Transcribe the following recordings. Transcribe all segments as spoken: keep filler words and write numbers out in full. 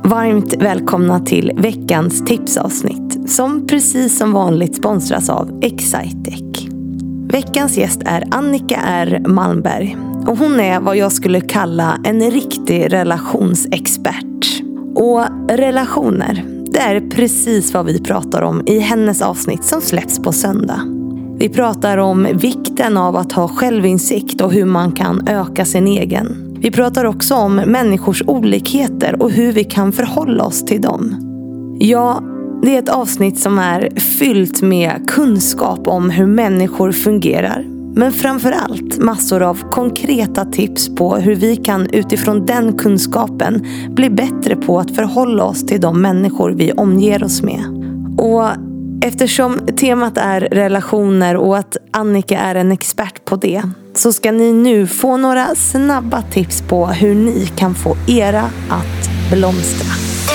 Varmt välkomna till veckans tipsavsnitt som precis som vanligt sponsras av Excitec. Veckans gäst är Annika R. Malmberg och hon är vad jag skulle kalla en riktig relationsexpert. Och relationer, det är precis vad vi pratar om i hennes avsnitt som släpps på söndag. Vi pratar om vikten av att ha självinsikt och hur man kan öka sin egen. Vi pratar också om människors olikheter och hur vi kan förhålla oss till dem. Ja, det är ett avsnitt som är fyllt med kunskap om hur människor fungerar. Men framförallt massor av konkreta tips på hur vi kan utifrån den kunskapen bli bättre på att förhålla oss till de människor vi omger oss med. Och eftersom temat är relationer och att Annika är en expert på det, så ska ni nu få några snabba tips på hur ni kan få era att blomstra.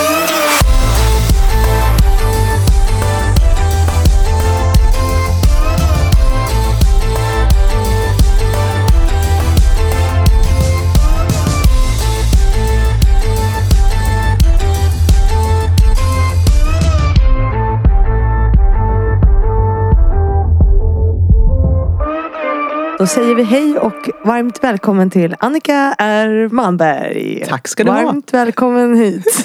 Då säger vi hej och varmt välkommen till Annika R. Malmberg. Tack ska du varmt ha. Varmt välkommen hit.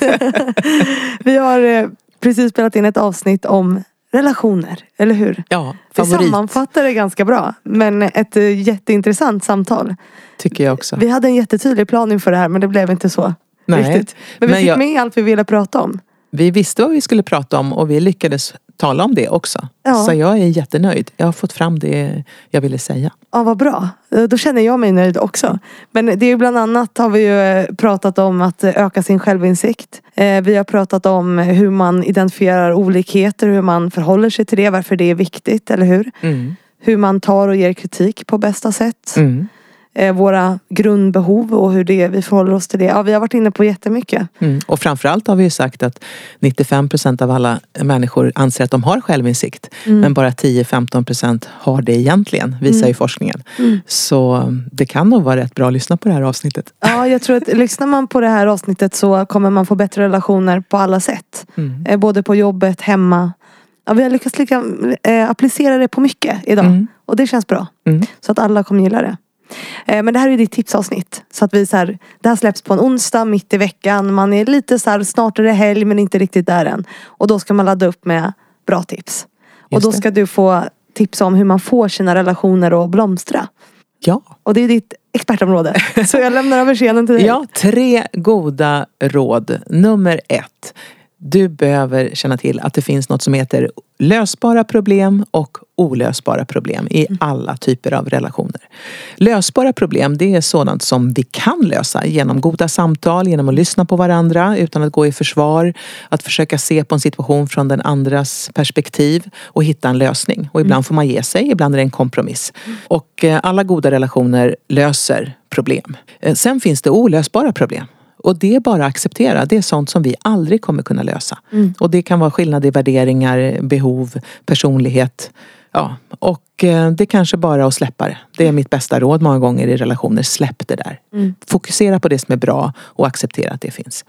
Vi har precis spelat in ett avsnitt om relationer, eller hur? Ja, favorit. Vi sammanfattar det ganska bra, men ett jätteintressant samtal. Tycker jag också. Vi hade en jättetydlig plan inför det här, men det blev inte så. Nej. Riktigt. Men vi men fick jag... med allt vi ville prata om. Vi visste vad vi skulle prata om och vi lyckades tala om det också. Ja. Så jag är jättenöjd. Jag har fått fram det jag ville säga. Ja, vad bra. Då känner jag mig nöjd också. Men det är ju bland annat har vi ju pratat om att öka sin självinsikt. Vi har pratat om hur man identifierar olikheter, hur man förhåller sig till det, varför det är viktigt, eller hur? Mm. Hur man tar och ger kritik på bästa sätt. Mm. Våra grundbehov och hur det vi förhåller oss till det. Ja, vi har varit inne på jättemycket. Mm. Och framförallt har vi ju sagt att nittiofem procent av alla människor anser att de har självinsikt. Mm. Men bara tio till femton procent har det egentligen, visar mm. ju forskningen. Mm. Så det kan nog vara rätt bra att lyssna på det här avsnittet. Ja, jag tror att lyssnar man på det här avsnittet så kommer man få bättre relationer på alla sätt. Mm. Både på jobbet, hemma. Ja, vi har lyckats lika, äh, applicera det på mycket idag. Mm. Och det känns bra. Mm. Så att alla kommer gilla det. Men det här är ditt tipsavsnitt. Så att vi så här, det här släpps på en onsdag mitt i veckan. Man är lite så här, snart är det helg men inte riktigt där än. Och då ska man ladda upp med bra tips. Just och då ska det. Du få tips om hur man får sina relationer att blomstra. Ja. Och det är ditt expertområde. Så jag lämnar över scenen till dig. Ja, tre goda råd. Nummer ett. Du behöver känna till att det finns något som heter lösbara problem och olösbara problem i alla typer av relationer. Lösbara problem, det är sådant som vi kan lösa genom goda samtal, genom att lyssna på varandra utan att gå i försvar, att försöka se på en situation från den andras perspektiv och hitta en lösning. Och ibland får man ge sig, ibland är det en kompromiss. Och alla goda relationer löser problem. Sen finns det olösbara problem. Och det är bara att acceptera. Det är sånt som vi aldrig kommer kunna lösa. Mm. Och det kan vara skillnad i värderingar, behov, personlighet. Ja, och det är kanske bara att släppa det. Det är mitt bästa råd många gånger i relationer. Släpp det där. Mm. Fokusera på det som är bra och acceptera att det finns.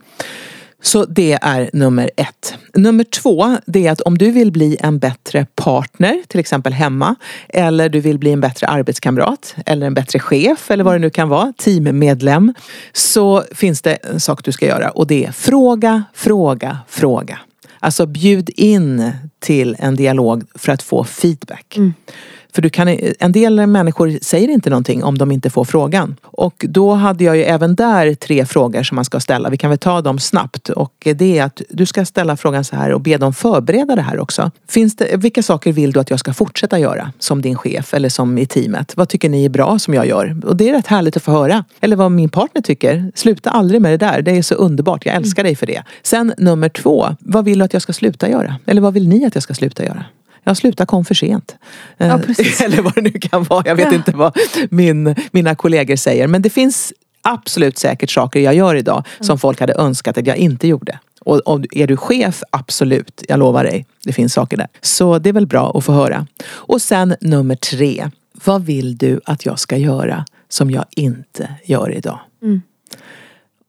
Så det är nummer ett. Nummer två, det är att om du vill bli en bättre partner, till exempel hemma, eller du vill bli en bättre arbetskamrat, eller en bättre chef, eller vad det nu kan vara, teammedlem, så finns det en sak du ska göra och det är fråga, fråga, fråga. Alltså bjud in till en dialog för att få feedback. Mm. För du kan, en del människor säger inte någonting om de inte får frågan. Och då hade jag ju även där tre frågor som man ska ställa. Vi kan väl ta dem snabbt. Och det är att du ska ställa frågan så här och be dem förbereda det här också. Finns det, vilka saker vill du att jag ska fortsätta göra som din chef eller som i teamet? Vad tycker ni är bra som jag gör? Och det är rätt härligt att få höra. Eller vad min partner tycker. Sluta aldrig med det där. Det är så underbart. Jag älskar dig för det. Sen nummer två. Vad vill du att jag ska sluta göra? Eller vad vill ni att jag ska sluta göra? Jag slutar kom för sent. Ja, eller vad det nu kan vara. Jag vet ja. inte vad min, mina kollegor säger. Men det finns absolut säkert saker jag gör idag mm. som folk hade önskat att jag inte gjorde. Och, och är du chef, absolut. Jag lovar dig. Det finns saker där. Så det är väl bra att få höra. Och sen nummer tre. Vad vill du att jag ska göra som jag inte gör idag? Mm. Och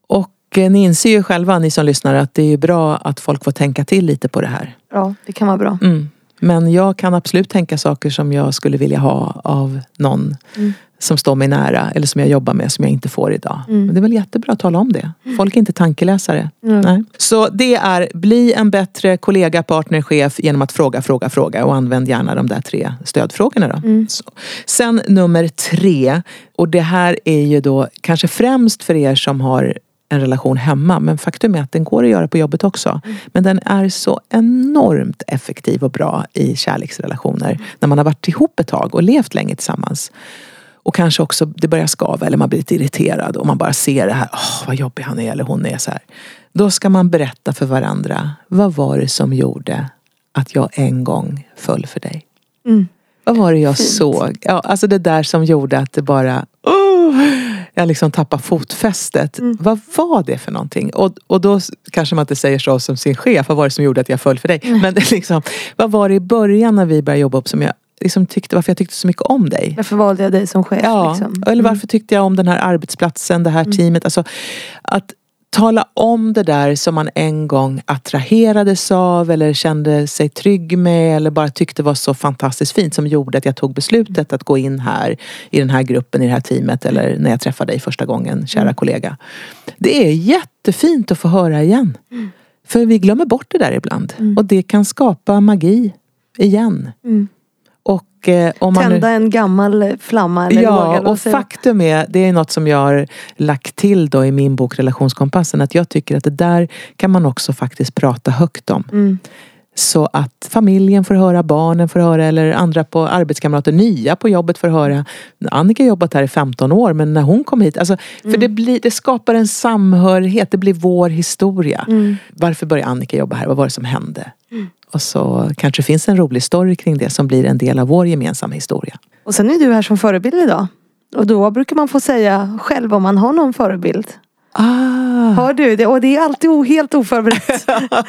eh, ni inser ju själva, ni som lyssnar, att det är bra att folk får tänka till lite på det här. Ja, det kan vara bra. Mm. Men jag kan absolut tänka saker som jag skulle vilja ha av någon mm. som står mig nära eller som jag jobbar med som jag inte får idag. Mm. Men det är väl jättebra att tala om det. Folk är inte tankeläsare. Mm. Nej. Så det är, bli en bättre kollega, partner, chef genom att fråga, fråga, fråga och använd gärna de där tre stödfrågorna då. Mm. Så. Sen nummer tre, och det här är ju då kanske främst för er som har en relation hemma, men faktum är att den går att göra på jobbet också. Mm. Men den är så enormt effektiv och bra i kärleksrelationer mm. när man har varit ihop ett tag och levt länge tillsammans. Och kanske också det börjar skava eller man blir lite irriterad och man bara ser det här, åh vad jobbig han är eller hon är så här. Då ska man berätta för varandra, vad var det som gjorde att jag en gång föll för dig? Mm. Vad var det jag Fint. såg? Ja, alltså det där som gjorde att det bara, oh, jag liksom tappade fotfästet. Mm. Vad var det för någonting? Och, och då kanske man inte säger så som sin chef, vad var det som gjorde att jag föll för dig? Mm. Men det liksom, vad var det i början när vi började jobba upp som jag liksom tyckte, varför jag tyckte så mycket om dig? Varför valde jag dig som chef? Ja, liksom? eller varför tyckte jag om den här arbetsplatsen, det här mm. teamet? Alltså, att tala om det där som man en gång attraherades av eller kände sig trygg med eller bara tyckte var så fantastiskt fint som gjorde att jag tog beslutet att gå in här i den här gruppen, i det här teamet eller när jag träffade dig första gången, kära mm. kollega. Det är jättefint att få höra igen. Mm. För vi glömmer bort det där ibland. Mm. Och det kan skapa magi igen. Mm. Och, eh, om man tända nu... en gammal flamma. Eller ja, våga, och faktum är, det är något som jag har lagt till då i min bok Relationskompassen, att jag tycker att det där kan man också faktiskt prata högt om. Mm. Så att familjen får höra, barnen får höra eller andra på arbetskamrater, nya på jobbet får höra. Annika har jobbat här i femton år, men när hon kom hit, alltså, för mm. det, blir, det skapar en samhörighet, det blir vår historia. Mm. Varför började Annika jobba här? Vad var det som hände? Mm. Och så kanske finns en rolig story kring det som blir en del av vår gemensamma historia. Och sen är du här som förebild idag. Och då brukar man få säga själv om man har någon förebild. Ah. Har du det? Och det är alltid o- helt oförberett.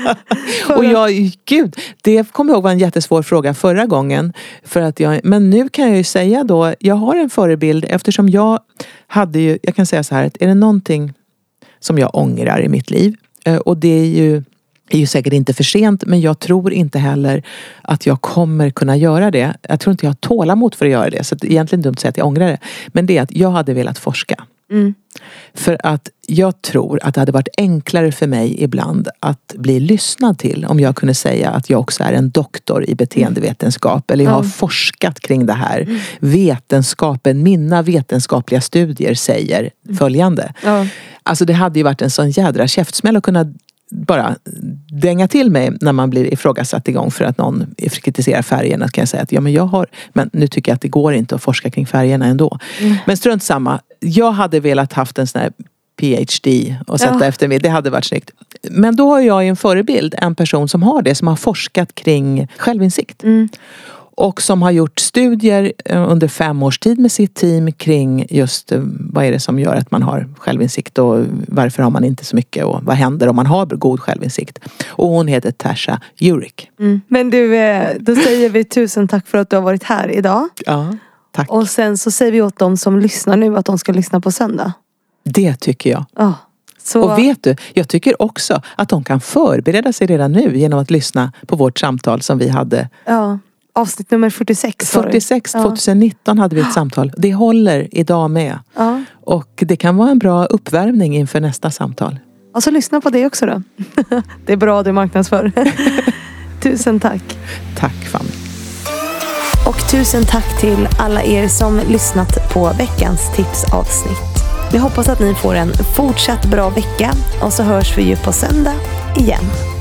Och jag, gud, det kommer jag ihåg var en jättesvår fråga förra gången. För att jag, men nu kan jag ju säga då, jag har en förebild eftersom jag hade ju, jag kan säga så här, att är det någonting som jag ångrar i mitt liv, och det är ju är ju säkert inte för sent, men jag tror inte heller att jag kommer kunna göra det. Jag tror inte jag har tålamod för att göra det, så det är egentligen dumt att säga att jag ångrar det. Men det är att jag hade velat forska. Mm. För att jag tror att det hade varit enklare för mig ibland att bli lyssnad till om jag kunde säga att jag också är en doktor i beteendevetenskap eller jag har mm. forskat kring det här. Mm. Vetenskapen, mina vetenskapliga studier säger följande. Mm. Alltså det hade ju varit en sån jädra käftsmäll att kunna bara dänga till mig när man blir ifrågasatt igång för att någon kritiserar färgerna, kan jag säga att ja, men jag har, men nu tycker jag att det går inte att forska kring färgerna ändå. Mm. Men strunt samma, jag hade velat haft en sån här P H D och sätta ja. efter mig, det hade varit snyggt. Men då har jag en förebild, en person som har det, som har forskat kring självinsikt. Mm. Och som har gjort studier under fem års tid med sitt team kring just vad är det som gör att man har självinsikt och varför har man inte så mycket och vad händer om man har god självinsikt. Och hon heter Tasha Eurich. Mm. Men du, då säger vi tusen tack för att du har varit här idag. Ja, tack. Och sen så säger vi åt dem som lyssnar nu att de ska lyssna på söndag. Det tycker jag. Ja. Så... Och vet du, jag tycker också att de kan förbereda sig redan nu genom att lyssna på vårt samtal som vi hade. Ja. Avsnitt nummer fyrtiosex. fyrtiosex, tjugonitton hade vi ett samtal. Det håller idag med. Ja. Och det kan vara en bra uppvärmning inför nästa samtal. Och så lyssna på det också då. Det är bra du marknadsför. Tusen tack. Tack Fanny. Och tusen tack till alla er som lyssnat på veckans tipsavsnitt. Vi hoppas att ni får en fortsatt bra vecka. Och så hörs vi ju på söndag igen.